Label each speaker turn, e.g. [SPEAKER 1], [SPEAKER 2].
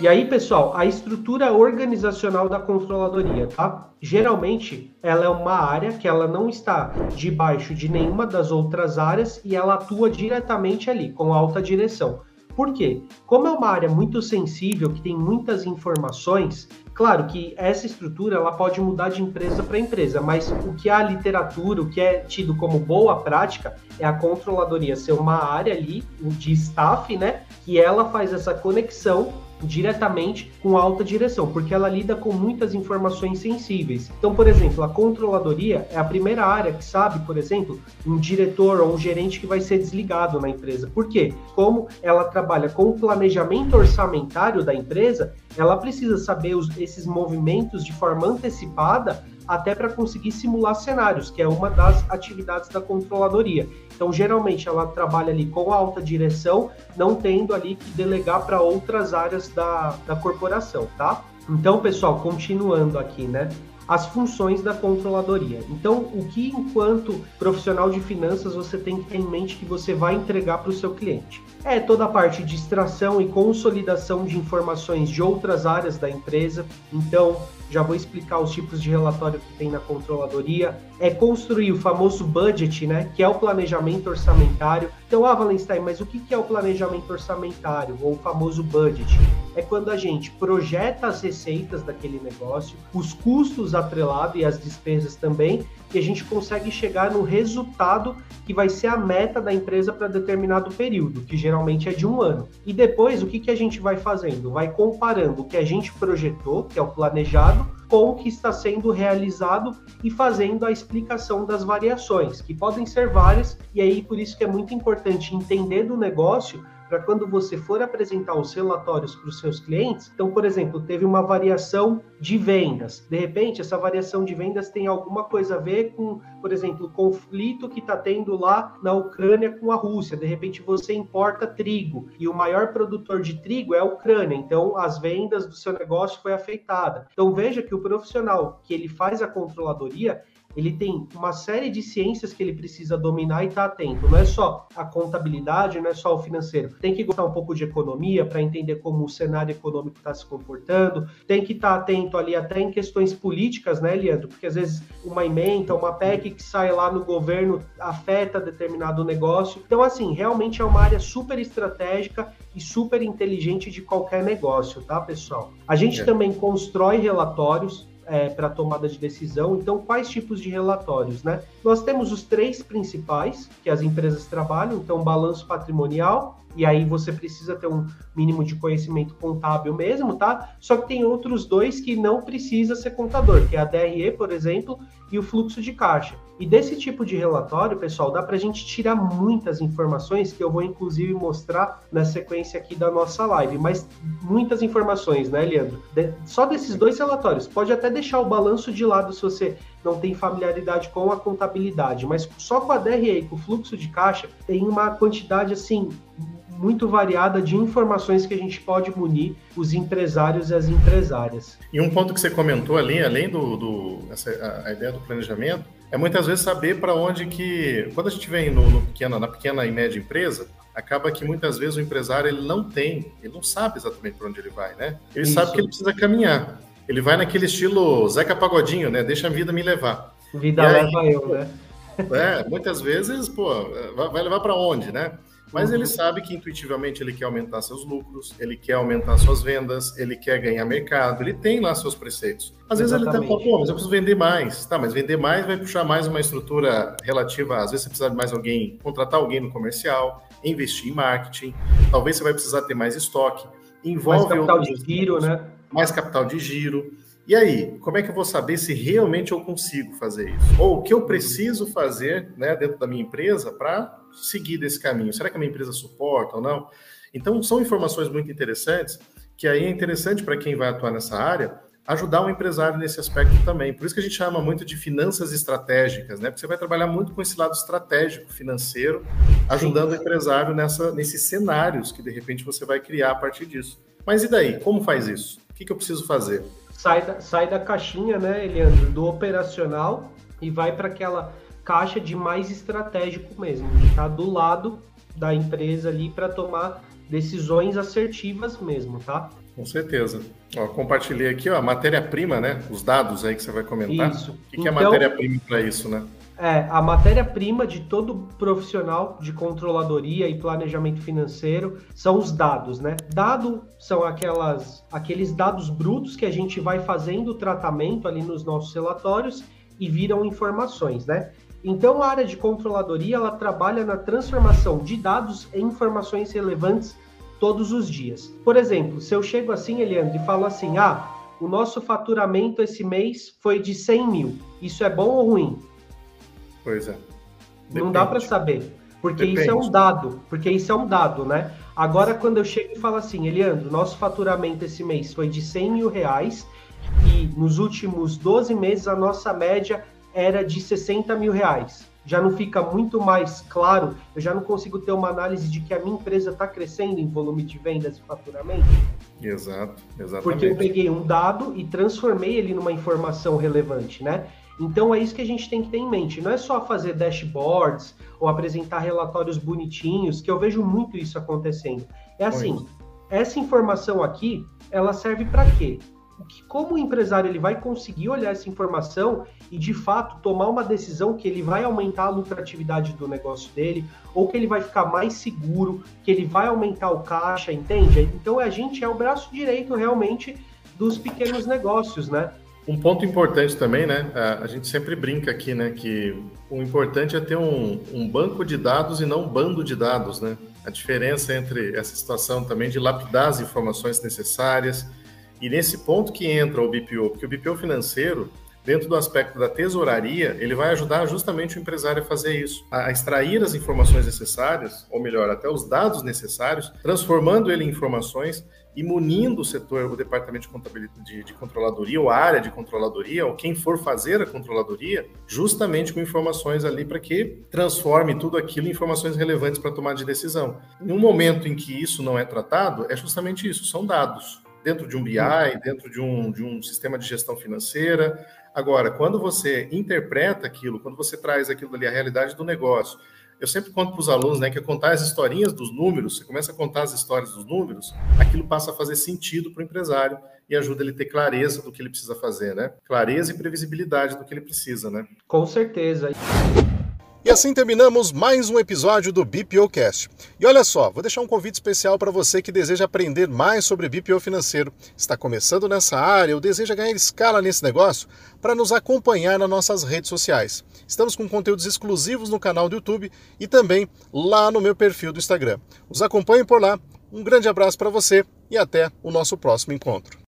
[SPEAKER 1] E aí, pessoal, a estrutura organizacional da controladoria, tá? Geralmente, ela é uma área que ela não está debaixo de nenhuma das outras áreas e ela atua diretamente ali, com alta direção. Por quê? Como é uma área muito sensível, que tem muitas informações, claro que essa estrutura ela pode mudar de empresa para empresa, mas o que a literatura, o que é tido como boa prática, é a controladoria ser uma área ali de staff, né? Que ela faz essa conexão diretamente com a alta direção, porque ela lida com muitas informações sensíveis. Então, por exemplo, a controladoria é a primeira área que sabe, por exemplo, um diretor ou um gerente que vai ser desligado na empresa. Por quê? Como ela trabalha com o planejamento orçamentário da empresa, ela precisa saber esses movimentos de forma antecipada até para conseguir simular cenários, que é uma das atividades da controladoria. Então, geralmente, ela trabalha ali com a alta direção, não tendo ali que delegar para outras áreas da corporação, tá? Então, pessoal, continuando aqui, né? As funções da controladoria. Então, o que, enquanto profissional de finanças, você tem que ter em mente que você vai entregar para o seu cliente? É toda a parte de extração e consolidação de informações de outras áreas da empresa. Então, já vou explicar os tipos de relatório que tem na controladoria. É construir o famoso budget, né? Que é o planejamento orçamentário. Então, Wallenstein, mas o que é o planejamento orçamentário, ou o famoso budget? É quando a gente projeta as receitas daquele negócio, os custos atrelados e as despesas também, e a gente consegue chegar no resultado que vai ser a meta da empresa para determinado período, que geralmente é de 1 ano. E depois, o que a gente vai fazendo? Vai comparando o que a gente projetou, que é o planejado, com o que está sendo realizado e fazendo a explicação das variações, que podem ser várias, e aí por isso que é muito importante entender do negócio para quando você for apresentar os relatórios para os seus clientes. Então, por exemplo, teve uma variação de vendas. De repente, essa variação de vendas tem alguma coisa a ver com, por exemplo, o conflito que está tendo lá na Ucrânia com a Rússia. De repente, você importa trigo e o maior produtor de trigo é a Ucrânia. Então, as vendas do seu negócio foi afetada. Então, veja que o profissional que ele faz a controladoria, ele tem uma série de ciências que ele precisa dominar e estar atento. Não é só a contabilidade, não é só o financeiro. Tem que gostar um pouco de economia para entender como o cenário econômico está se comportando. Tem que estar atento ali até em questões políticas, né, Leandro? Porque às vezes uma ementa, uma PEC que sai lá no governo afeta determinado negócio. Então, assim, realmente é uma área super estratégica e super inteligente de qualquer negócio, tá, pessoal? A gente também constrói relatórios para tomada de decisão. Então, quais tipos de relatórios, né? Nós temos os 3 principais que as empresas trabalham, então, balanço patrimonial, e aí você precisa ter um mínimo de conhecimento contábil mesmo, tá? Só que tem outros 2 que não precisa ser contador, que é a DRE, por exemplo, e o fluxo de caixa. E desse tipo de relatório, pessoal, dá para a gente tirar muitas informações, que eu vou inclusive mostrar na sequência aqui da nossa live, mas muitas informações, né, Leandro? Só desses 2 relatórios. Pode até deixar o balanço de lado se você não tem familiaridade com a contabilidade, mas só com a DRE e com o fluxo de caixa tem uma quantidade, assim, muito variada de informações que a gente pode munir os empresários e as empresárias.
[SPEAKER 2] E um ponto que você comentou ali, além a ideia do planejamento, é muitas vezes saber para onde que... Quando a gente vem na pequena e média empresa, acaba que muitas vezes o empresário ele não sabe exatamente para onde ele vai, né? Ele sabe que ele precisa caminhar. Ele vai naquele estilo Zeca Pagodinho, né? Deixa a vida me levar.
[SPEAKER 1] Vida leva eu, né?
[SPEAKER 2] Muitas vezes, vai levar para onde, né? Mas ele sabe que intuitivamente ele quer aumentar seus lucros, ele quer aumentar suas vendas, ele quer ganhar mercado, ele tem lá seus preceitos. Às vezes ele até fala, mas eu preciso vender mais. Tá, mas vender mais vai puxar mais uma estrutura relativa, às vezes você precisa de mais alguém, contratar alguém no comercial, investir em marketing, talvez você vai precisar ter mais estoque. Envolve
[SPEAKER 1] mais capital de giro, né?
[SPEAKER 2] Mais capital de giro. E aí, como é que eu vou saber se realmente eu consigo fazer isso? Ou o que eu preciso fazer, né, dentro da minha empresa para seguir desse caminho? Será que a minha empresa suporta ou não? Então, são informações muito interessantes, que aí é interessante para quem vai atuar nessa área, ajudar o empresário nesse aspecto também. Por isso que a gente chama muito de finanças estratégicas, né? Porque você vai trabalhar muito com esse lado estratégico, financeiro, ajudando o empresário nesses cenários que, de repente, você vai criar a partir disso. Mas e daí? Como faz isso? O que eu preciso fazer?
[SPEAKER 1] Sai da caixinha, né, Leandro, do operacional e vai para aquela caixa de mais estratégico mesmo, de estar do lado da empresa ali para tomar decisões assertivas mesmo, tá?
[SPEAKER 2] Com certeza. Ó, compartilhei aqui, ó, a matéria-prima, né? Os dados aí que você vai comentar.
[SPEAKER 1] Isso.
[SPEAKER 2] O que é a matéria-prima para isso, né?
[SPEAKER 1] A matéria-prima de todo profissional de controladoria e planejamento financeiro são os dados, né? Dado são aqueles dados brutos que a gente vai fazendo o tratamento ali nos nossos relatórios e viram informações, né? Então, a área de controladoria, ela trabalha na transformação de dados em informações relevantes todos os dias. Por exemplo, se eu chego assim, Eliandro, e falo assim, o nosso faturamento esse mês foi de 100 mil. Isso é bom ou ruim?
[SPEAKER 2] Pois é.
[SPEAKER 1] Não dá para saber, porque
[SPEAKER 2] Depende.
[SPEAKER 1] isso é um dado, né? Agora, quando eu chego e falo assim, Eliandro, nosso faturamento esse mês foi de 100 mil reais e nos últimos 12 meses a nossa média era de 60 mil reais. Já não fica muito mais claro, eu já não consigo ter uma análise de que a minha empresa está crescendo em volume de vendas e faturamento?
[SPEAKER 2] Exato, exatamente.
[SPEAKER 1] Porque eu peguei um dado e transformei ele numa informação relevante, né? Então é isso que a gente tem que ter em mente. Não é só fazer dashboards ou apresentar relatórios bonitinhos, que eu vejo muito isso acontecendo. É assim, essa informação aqui, ela serve para quê? Como o empresário ele vai conseguir olhar essa informação e, de fato, tomar uma decisão que ele vai aumentar a lucratividade do negócio dele, ou que ele vai ficar mais seguro, que ele vai aumentar o caixa, entende? Então, a gente é o braço direito, realmente, dos pequenos negócios, né?
[SPEAKER 2] Um ponto importante também, né? A gente sempre brinca aqui, né? Que o importante é ter um banco de dados e não um bando de dados, né? A diferença entre essa situação também de lapidar as informações necessárias. E nesse ponto que entra o BPO, porque o BPO financeiro, dentro do aspecto da tesouraria, ele vai ajudar justamente o empresário a fazer isso, a extrair as informações necessárias, ou melhor, até os dados necessários, transformando ele em informações e munindo o setor, o departamento de contabilidade, de controladoria, ou a área de controladoria, ou quem for fazer a controladoria, justamente com informações ali para que transforme tudo aquilo em informações relevantes para tomar de decisão. Em um momento em que isso não é tratado, é justamente isso, são dados. Dentro de um BI, dentro de um sistema de gestão financeira. Agora, quando você interpreta aquilo, quando você traz aquilo ali, a realidade do negócio, eu sempre conto para os alunos, né, que é contar as historinhas dos números, você começa a contar as histórias dos números, aquilo passa a fazer sentido para o empresário e ajuda ele a ter clareza do que ele precisa fazer, né? Clareza e previsibilidade do que ele precisa, né?
[SPEAKER 1] Com certeza.
[SPEAKER 3] E assim terminamos mais um episódio do BPOcast. E olha só, vou deixar um convite especial para você que deseja aprender mais sobre BPO financeiro, está começando nessa área ou deseja ganhar escala nesse negócio, para nos acompanhar nas nossas redes sociais. Estamos com conteúdos exclusivos no canal do YouTube e também lá no meu perfil do Instagram. Os acompanhe por lá. Um grande abraço para você e até o nosso próximo encontro.